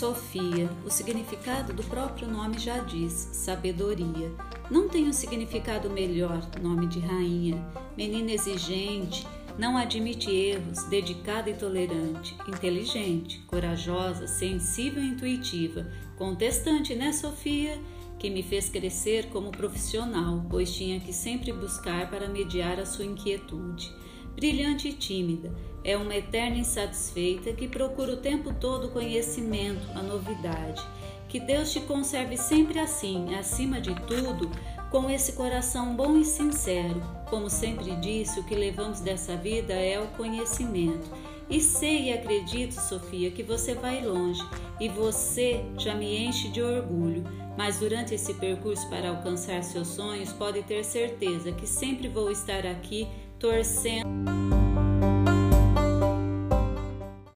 Sofia, o significado do próprio nome já diz, sabedoria. Não tem um significado melhor, nome de rainha. Menina exigente, não admite erros, dedicada e tolerante, inteligente, corajosa, sensível e intuitiva, contestante, né, Sofia? Que me fez crescer como profissional, pois tinha que sempre buscar para mediar a sua inquietude. Brilhante e tímida, é uma eterna insatisfeita que procura o tempo todo o conhecimento, a novidade. Que Deus te conserve sempre assim, acima de tudo, com esse coração bom e sincero. Como sempre disse, o que levamos dessa vida é o conhecimento. E sei e acredito, Sofia, que você vai longe, e você já me enche de orgulho. Mas durante esse percurso para alcançar seus sonhos, pode ter certeza que sempre vou estar aqui torcendo.